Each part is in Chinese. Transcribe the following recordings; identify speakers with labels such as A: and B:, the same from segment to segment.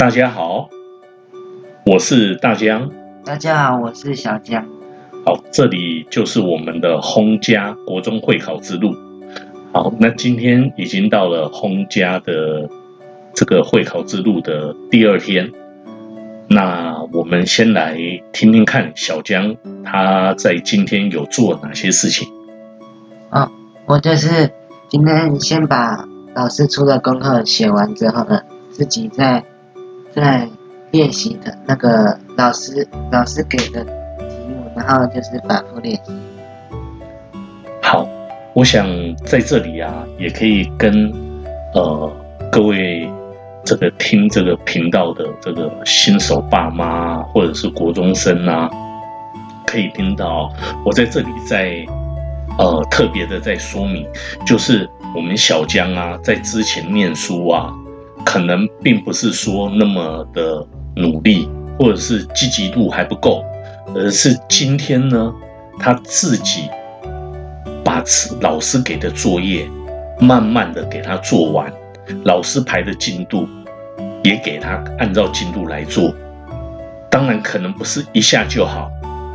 A: 大家好，我是大江。
B: 大家好，我是小江。
A: 好，这里就是我们的轰家国中会考之路。好，那今天已经到了轰家的这个会考之路的第二天。那我们先来听听看小江他在今天有做哪些事情。
B: 我就是今天先把老师出的功课写完之后呢，自己在练习的那个老师给的题目，然后就是反复练习。
A: 好，我想在这里啊，也可以跟各位这个听这个频道的这个新手爸妈或者是国中生啊，可以听到我在这里特别的在说明，就是我们小江啊，在之前念书啊，可能并不是说那么的努力，或者是积极度还不够，而是今天呢，他自己把老师给的作业慢慢的给他做完，老师排的进度也给他按照进度来做。当然可能不是一下就好，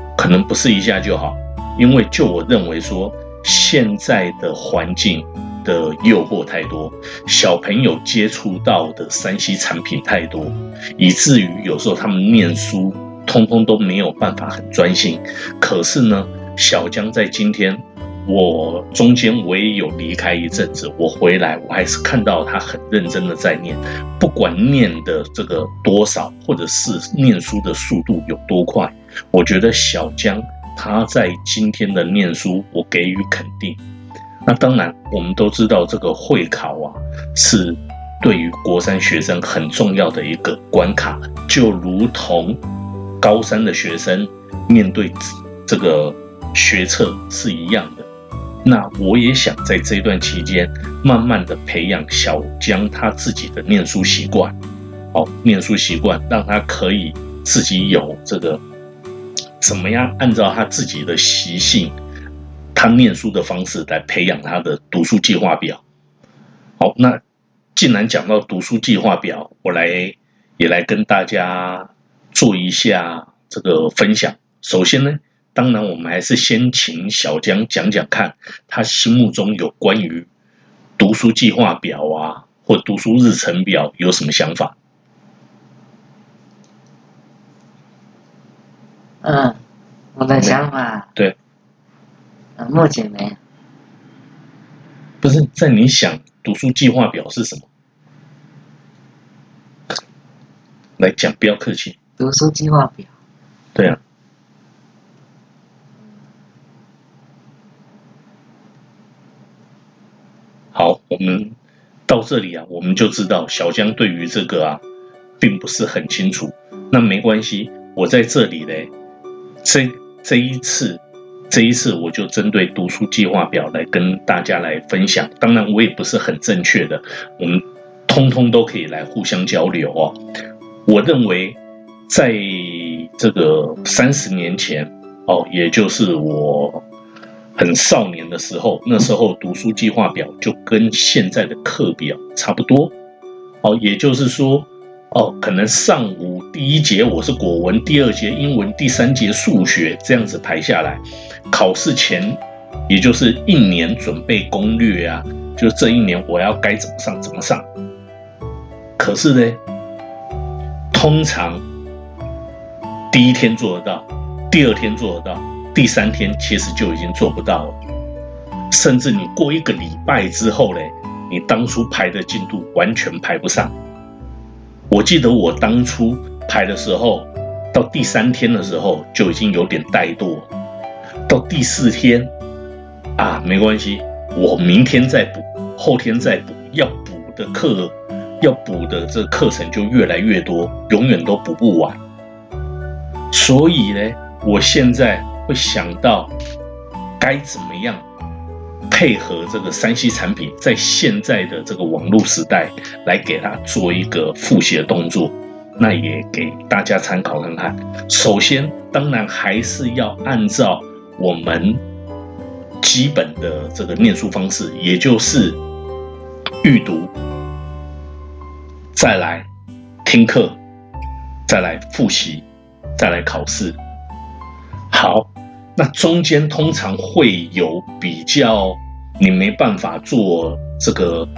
A: 因为就我认为说，现在的环境的诱惑太多，小朋友接触到的3C 产品太多，以至于有时候他们念书通通都没有办法很专心。可是呢，小江在今天，我中间我也有离开一阵子，我回来我还是看到他很认真的在念，不管念的这个多少，或者是念书的速度有多快，我觉得小江他在今天的念书我给予肯定。那当然我们都知道这个会考啊，是对于国3学生很重要的一个关卡，就如同高3的学生面对这个学测是一样的。那我也想在这段期间慢慢的培养小江他自己的念书习惯，让他可以自己有这个怎么样按照他自己的习性，他念书的方式来培养他的读书计划表。好，那既然讲到读书计划表，我也来跟大家做一下这个分享。首先呢，当然我们还是先请小江讲讲看，他心目中有关于读书计划表啊，或读书日程表有什么想法？
B: 我的想法，
A: 对，
B: 目前没有。
A: 不是在你想读书计划表是什么？来讲，不要客气。
B: 读书计划表，
A: 对啊。好，我们到这里啊，我们就知道小江对于这个啊，并不是很清楚。那没关系，我在这里呢，这一次我就针对读书计划表来跟大家来分享。当然我也不是很正确的，我们通通都可以来互相交流哦。我认为在这个30年前也就是我很少年的时候，那时候读书计划表就跟现在的课表差不多也就是说可能上午第一节我是国文，第2节英文，第3节数学，这样子排下来。考试前也就是1年准备攻略啊，就这1年我要该怎么上。可是呢，通常第1天做得到，第2天做得到，第3天其实就已经做不到了。甚至你过1个礼拜之后呢，你当初排的进度完全排不上。我记得我当初排的时候，到第3天的时候就已经有点怠惰，到第4天没关系，我明天再补，后天再补，要补的这个课程就越来越多，永远都补不完。所以呢，我现在会想到该怎么样配合这个3C 产品，在现在的这个网络时代来给它做一个复习的动作，那也给大家参考看看。首先当然还是要按照我们基本的这个念书方式，也就是预读，再来听课，再来复习，再来考试。好，那中间通常会有比较你没办法做这个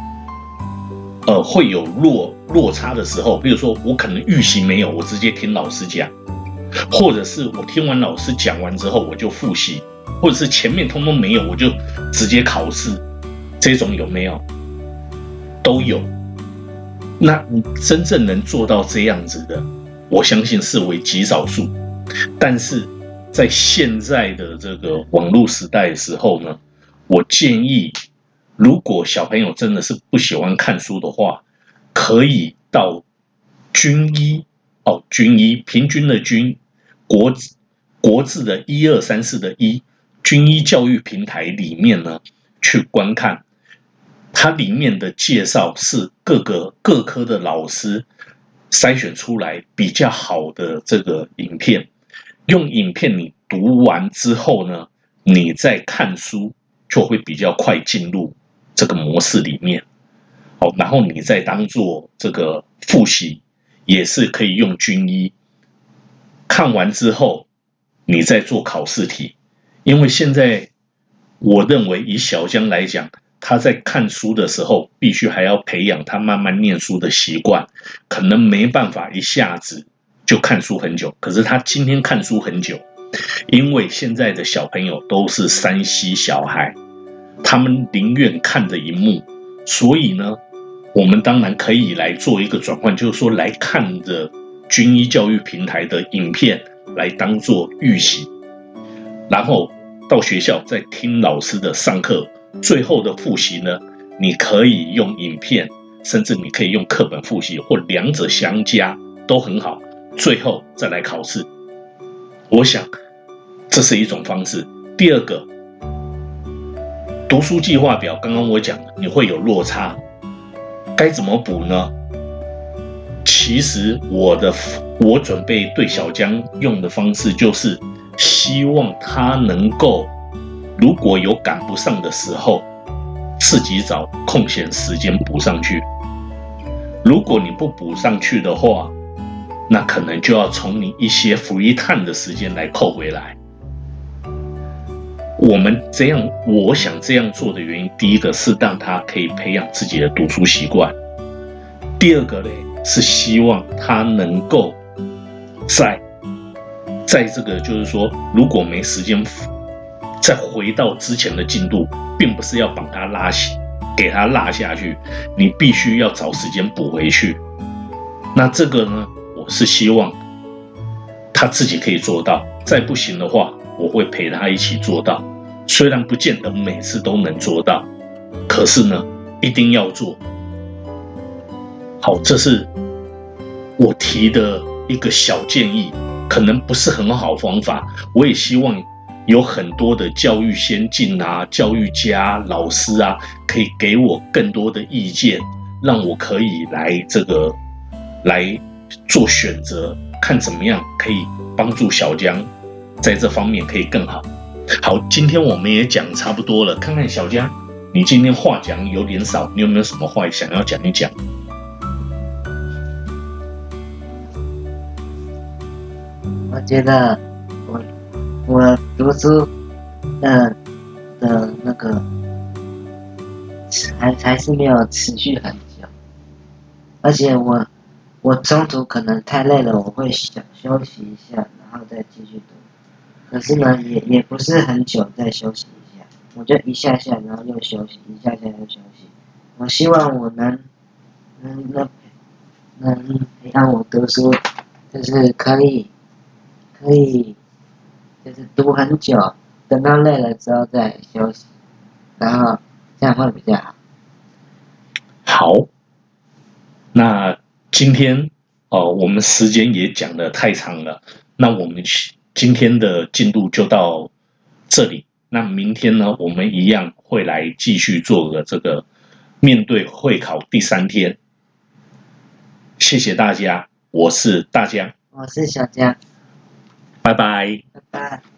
A: 会有落差的时候，比如说我可能预习没有，我直接听老师讲，或者是我听完老师讲完之后我就复习，或者是前面通通没有，我就直接考试，这种有没有？都有。那你真正能做到这样子的，我相信是为极少数。但是在现在的这个网络时代的时候呢，我建议，如果小朋友真的是不喜欢看书的话，可以到军医平均的军，国字的1234的一，军医教育平台里面呢去观看。它里面的介绍是各科的老师筛选出来比较好的这个影片，用影片你读完之后呢，你再看书就会比较快进入这个模式里面。好，然后你再当做这个复习，也是可以用军医。看完之后，你再做考试题，因为现在我认为以小江来讲，他在看书的时候，必须还要培养他慢慢念书的习惯，可能没办法一下子就看书很久。可是他今天看书很久，因为现在的小朋友都是3C 小孩，他们宁愿看着荧幕，所以呢，我们当然可以来做一个转换，就是说来看着军医教育平台的影片来当做预习，然后到学校再听老师的上课。最后的复习呢，你可以用影片，甚至你可以用课本复习，或两者相加都很好。最后再来考试，我想这是一种方式。第二个，读书计划表，刚刚我讲了，你会有落差，该怎么补呢？其实我准备对小江用的方式就是希望他能够，如果有赶不上的时候，自己找空闲时间补上去。如果你不补上去的话，那可能就要从你一些 free time 的时间来扣回来。我想这样做的原因，第一个是让他可以培养自己的读书习惯，第二个呢是希望他能够在这个就是说，如果没时间再回到之前的进度，并不是要把它给它落下去，你必须要找时间补回去。那这个呢，我是希望他自己可以做到，再不行的话，我会陪他一起做到。虽然不见得每次都能做到，可是呢，一定要做。好，这是我提的一个小建议，可能不是很好方法，我也希望有很多的教育先进啊、教育家、老师啊，可以给我更多的意见，让我可以来做选择，看怎么样可以帮助小江在这方面可以更好。好，今天我们也讲差不多了，看看小江，你今天话讲有点少，你有没有什么话想要讲一讲？
B: 我觉得我读书的那个还是没有持续很久，而且我中途可能太累了，我会想休息一下，然后再继续读。可是呢，也不是很久再休息一下，我就一下下，然后又休息，一下下又休息。我希望我能培养我读书，就是可以就是读很久，等到累了之后再休息，然后这样会比较好。
A: 好，那今天我们时间也讲得太长了，那我们今天的进度就到这里。那明天呢，我们一样会来继续做个这个面对会考第3天。谢谢大家，我是大江，
B: 我是小江，
A: 拜拜。
B: 拜拜。